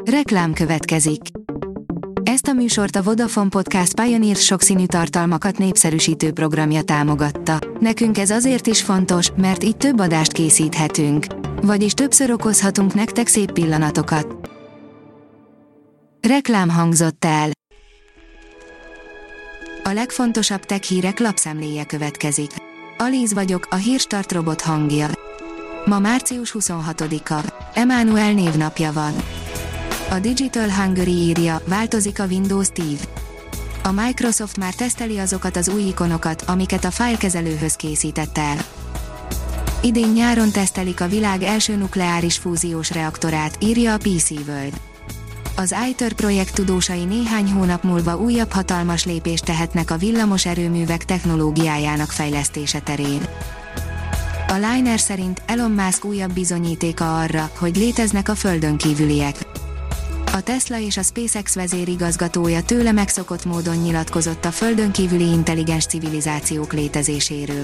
Reklám következik. Ezt a műsort a Vodafone Podcast Pioneer sokszínű tartalmakat népszerűsítő programja támogatta. Nekünk ez azért is fontos, mert így több adást készíthetünk. Vagyis többször okozhatunk nektek szép pillanatokat. Reklám hangzott el. A legfontosabb tech hírek lapszemléje következik. Alíz vagyok, a Hírstart robot hangja. Ma március 26-a. Emmanuel névnapja van. A Digital Hungary írja, változik a Windows 10. A Microsoft már teszteli azokat az új ikonokat, amiket a fájlkezelőhöz készített el. Idén nyáron tesztelik a világ első nukleáris fúziós reaktorát, írja a PC World. Az ITER projekt tudósai néhány hónap múlva újabb hatalmas lépést tehetnek a villamos erőművek technológiájának fejlesztése terén. A Liner szerint Elon Musk újabb bizonyítéka arra, hogy léteznek a földön kívüliek. A Tesla és a SpaceX vezérigazgatója tőle megszokott módon nyilatkozott a földön kívüli intelligens civilizációk létezéséről.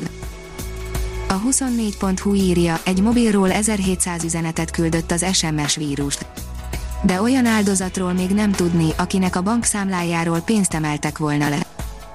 A 24.hu írja, egy mobilról 1700 üzenetet küldött az SMS vírus. De olyan áldozatról még nem tudni, akinek a bankszámlájáról pénzt emeltek volna le.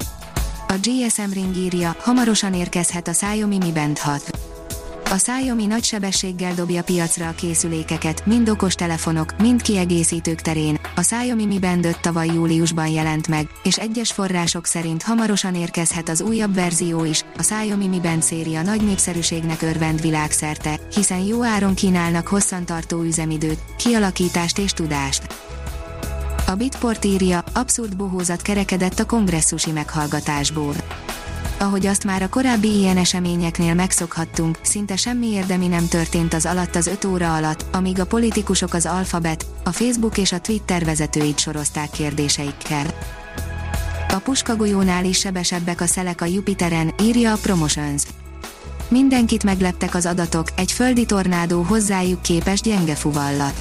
A GSM Ring írja, hamarosan érkezhet a Xiaomi Mi Band 6. A Xiaomi nagy sebességgel dobja piacra a készülékeket, mind okostelefonok, mind kiegészítők terén. A Xiaomi Mi Band 5 tavaly júliusban jelent meg, és egyes források szerint hamarosan érkezhet az újabb verzió is. A Xiaomi Mi Band széria nagy népszerűségnek örvend világszerte, hiszen jó áron kínálnak hosszantartó üzemidőt, kialakítást és tudást. A Bitport írja, abszurd bohózat kerekedett a kongresszusi meghallgatásból. Ahogy azt már a korábbi ilyen eseményeknél megszokhattunk, szinte semmi érdemi nem történt az alatt az 5 óra alatt, amíg a politikusok az Alphabet, a Facebook és a Twitter vezetőit sorozták kérdéseikkel. A puskagolyónál is sebesebbek a szelek a Jupiteren, írja a Promotions. Mindenkit megleptek az adatok, egy földi tornádó hozzájuk képes gyenge fuvallat.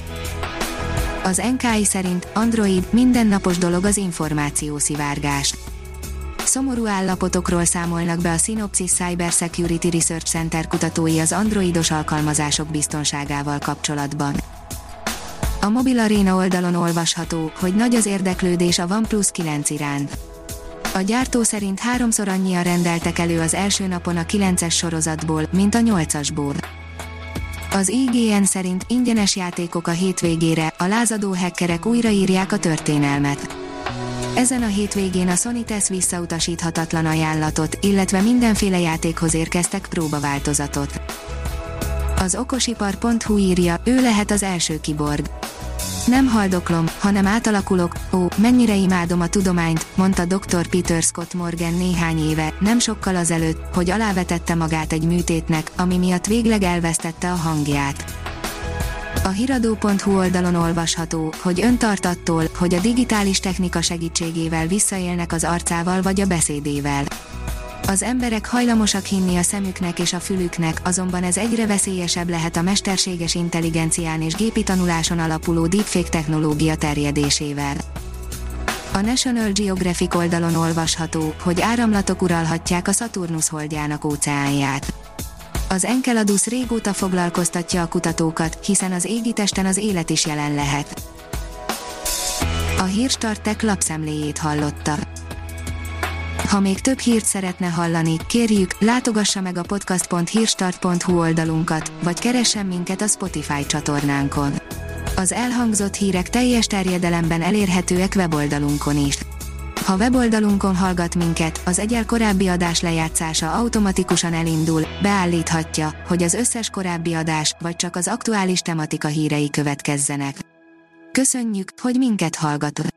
Az NKI szerint Android mindennapos dolog az információszivárgás. Szomorú állapotokról számolnak be a Synopsys Cyber Security Research Center kutatói az androidos alkalmazások biztonságával kapcsolatban. A Mobil Arena oldalon olvasható, hogy nagy az érdeklődés a OnePlus 9 iránt. A gyártó szerint 3-szor annyian rendeltek elő az első napon a 9-es sorozatból, mint a 8-asból. Az IGN szerint ingyenes játékok a hétvégére, a lázadó hackerek újraírják a történelmet. Ezen a hétvégén a Sony tesz visszautasíthatatlan ajánlatot, illetve mindenféle játékhoz érkeztek próbaváltozatot. Az okosipar.hu írja, ő lehet az első kiborg. Nem haldoklom, hanem átalakulok, mennyire imádom a tudományt, mondta dr. Peter Scott Morgan néhány éve, nem sokkal azelőtt, hogy alávetette magát egy műtétnek, ami miatt végleg elvesztette a hangját. A hiradó.hu oldalon olvasható, hogy ön tart attól, hogy a digitális technika segítségével visszaélnek az arcával vagy a beszédével. Az emberek hajlamosak hinni a szemüknek és a fülüknek, azonban ez egyre veszélyesebb lehet a mesterséges intelligencián és gépi tanuláson alapuló deepfake technológia terjedésével. A National Geographic oldalon olvasható, hogy áramlatok uralhatják a Szaturnusz holdjának óceánját. Az Enceladus régóta foglalkoztatja a kutatókat, hiszen az égitesten az élet is jelen lehet. A Hírstart Tech lapszemléjét hallotta. Ha még több hírt szeretne hallani, kérjük, látogassa meg a podcast.hírstart.hu oldalunkat, vagy keressen minket a Spotify csatornánkon. Az elhangzott hírek teljes terjedelemben elérhetőek weboldalunkon is. Ha weboldalunkon hallgat minket, az egyel korábbi adás lejátszása automatikusan elindul, beállíthatja, hogy az összes korábbi adás, vagy csak az aktuális tematika hírei következzenek. Köszönjük, hogy minket hallgatott!